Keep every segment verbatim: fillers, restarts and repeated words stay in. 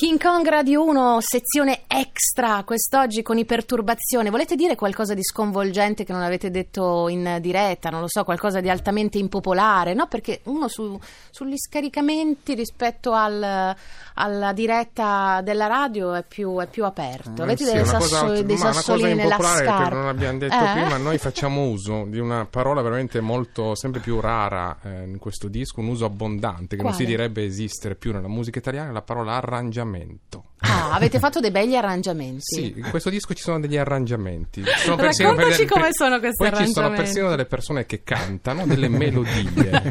King Kong Radio uno, sezione extra, quest'oggi con Iperturbazione. Volete dire qualcosa di sconvolgente che non avete detto in diretta? Non lo so, qualcosa di altamente impopolare, no? Perché uno su, sugli scaricamenti rispetto al, alla diretta della radio è più, è più aperto. Avete sì, delle una sasso, cosa, dei ma sassolini una cosa nella impopolare scarpa? che non abbiamo detto eh? prima, noi facciamo uso di una parola veramente molto, sempre più rara eh, in questo disco, un uso abbondante che Quale? non si direbbe esistere più nella musica italiana, la parola arrangiamento. Ah, avete fatto dei begli arrangiamenti. Sì, in questo disco ci sono degli arrangiamenti. Ci sono persino Raccontaci per- come per- sono questi poi arrangiamenti. Poi ci sono persino delle persone che cantano delle melodie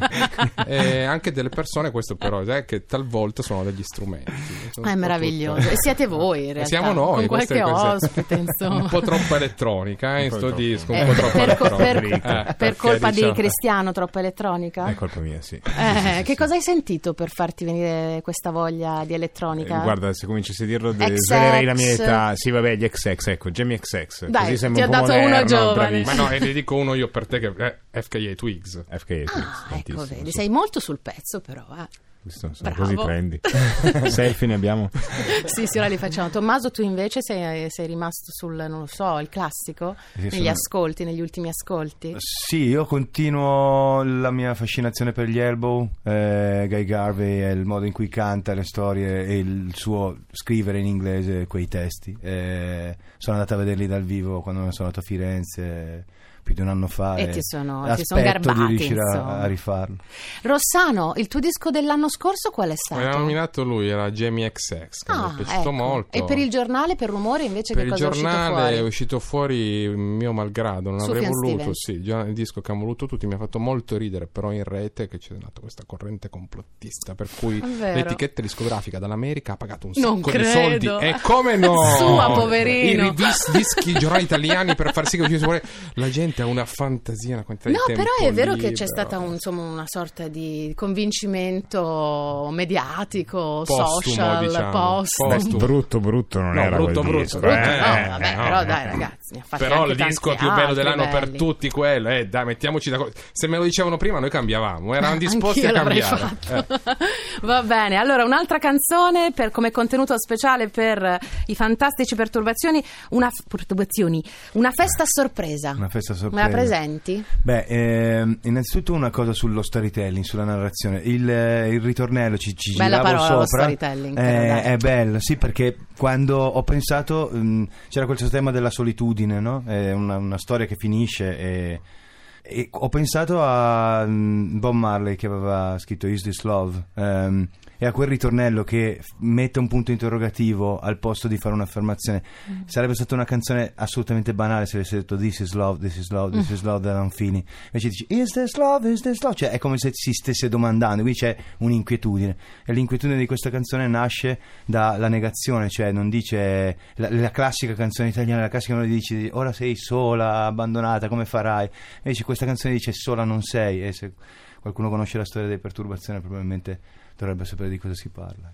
e anche delle persone, questo però è che talvolta sono degli strumenti. Sono È meraviglioso. tutto... E siete voi in realtà. Siamo noi, con qualche queste, queste... ospite, insomma. Un po' troppo elettronica eh, in sto disco, un Eh, po' troppo per, co- elettronica. per, Eh, per colpa diciamo... di Cristiano, troppo elettronica? È colpa mia, sì. Eh, sì, sì, che sì, cosa hai sentito per farti venire questa voglia di elettronica? Eh, guarda, se cominciassi a dirlo de- X X. svelerei la mia età. Sì, vabbè, gli X X, ecco, Jamie X X. Dai, Così sembra ti un ho po' dato uno moderno, giovane. Ma bravissimo. no, e ne dico uno io per te che è F K A Twigs. F K A Twigs, Ah, ecco, tantissimo, vedi, sì. sei molto sul pezzo però, eh. Sono, sono Bravo. così trendy. Selfie ne abbiamo? Sì, sì, ora li facciamo. Tommaso, tu invece sei, sei rimasto sul, non lo so, il classico? Sì, negli sono- ascolti, negli ultimi ascolti? Sì, io continuo la mia fascinazione per gli Elbow, eh, Guy Garvey e il modo in cui canta le storie e il suo scrivere in inglese quei testi. Eh, sono andato a vederli dal vivo quando sono andato a Firenze più di un anno fa E ti sono- ti aspetto sono garbati, di riuscire a, insomma. a rifarlo. Rossano, il tuo disco dell'anno scorso qual è Mi stato? aveva nominato lui, era Jamie X X, che mi Ah, è piaciuto ecco. molto. E per il giornale, per Rumore invece Per che il cosa è uscito giornale fuori? è uscito fuori mio malgrado, non avrei Sufjan voluto, Stevens. sì, già il disco che hanno voluto tutti mi ha fatto molto ridere, però in rete che c'è nata questa corrente complottista per cui È vero. l'etichetta discografica dall'America ha pagato un Non sacco credo. di soldi e come no? Sua, poverino. I rivis- dischi, i giornali italiani per far sì che uscisse fuori. La gente ha una fantasia, una quantità No, di tempo però è vero che libero. c'è stata un, insomma, una sorta di convincimento mediatico, Postumo, social, diciamo. postumo. Beh, Postumo. brutto brutto non No, era brutto, quel brutto, disco. brutto. eh, no, vabbè, no, però no, dai no. ragazzi, ne ha fatti Però anche il disco tanti più bello altri dell'anno per belli. tutti quello, eh, dai, mettiamoci d'accordo. Se me lo dicevano prima noi cambiavamo, erano disposti Anch'io a l'avrei cambiare. fatto. Eh. Va bene, allora un'altra canzone per, come contenuto speciale per i fantastici perturbazioni, una, perturbazioni, una festa a sorpresa. Una festa a Me sorpresa. la presenti? Beh, ehm, innanzitutto una cosa sullo storytelling, sulla narrazione. Il, eh, il ritornello ci, ci Bella giravo parola, lo sopra. storytelling, però, Eh, dai. è bello, sì, perché quando ho pensato mh, c'era questo tema della solitudine, no? È una, una storia che finisce e, e ho pensato a mh, Bob Marley che aveva scritto Is This Love? Ehm, e a quel ritornello che f- mette un punto interrogativo al posto di fare un'affermazione. Mm. Sarebbe stata una canzone assolutamente banale se avesse detto This is love, this is love, this Mm. is love da Lanfini. Invece dici Is this love, is this love? Cioè è come se si stesse domandando, qui c'è un'inquietudine e l'inquietudine di questa canzone nasce dalla negazione, cioè non dice la, la classica canzone italiana, la classica non dice ora sei sola, abbandonata, come farai? Invece questa canzone dice sola non sei, e se qualcuno conosce la storia delle perturbazioni probabilmente dovrebbe sapere di cosa si parla.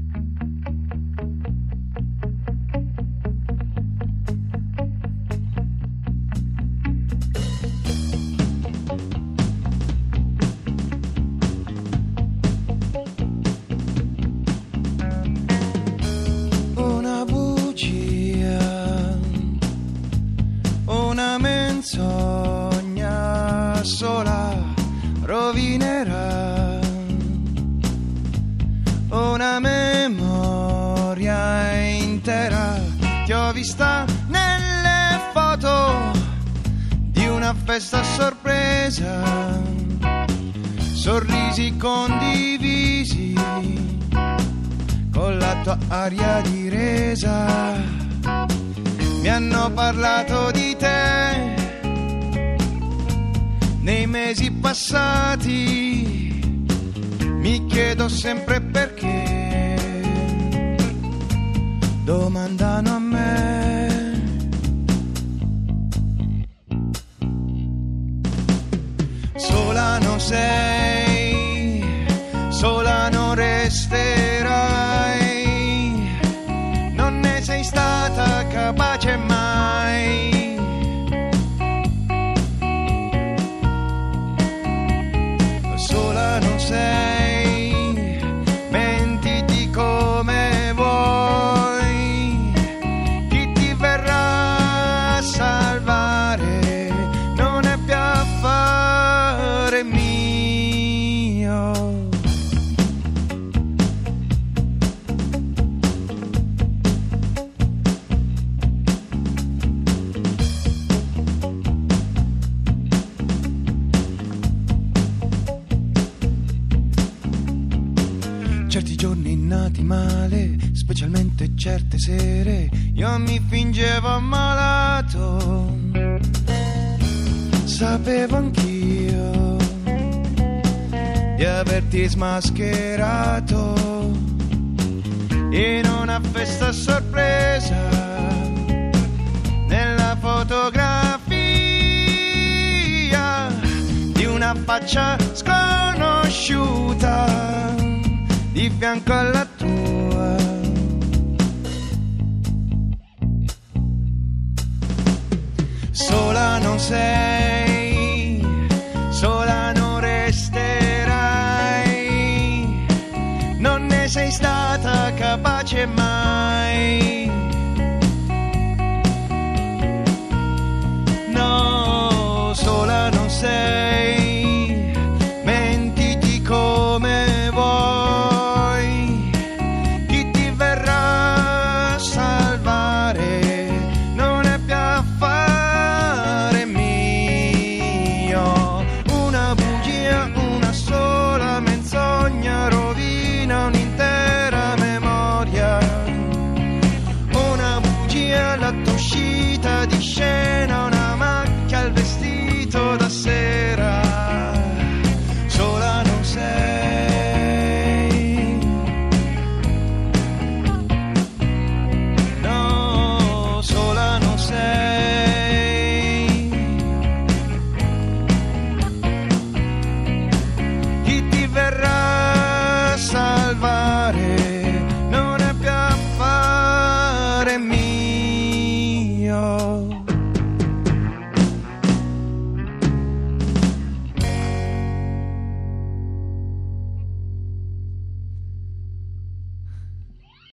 Una bugia, una menzogna sola rovinerà una memoria intera. Ti ho vista nelle foto di una festa a sorpresa, sorrisi condivisi con la tua aria di resa. Mi hanno parlato di te nei mesi passati, mi chiedo sempre perché, domandano a me. Sola non sei, sola non resterai, non ne sei stata capace mai. Sola non sei, mentiti come vuoi. andati male, specialmente certe sere. Io mi fingevo ammalato, sapevo anch'io di averti smascherato in una festa sorpresa, nella fotografia di una faccia sconosciuta di fianco alla tua. Sola non sei, sola non resterai, non ne sei stata capace mai.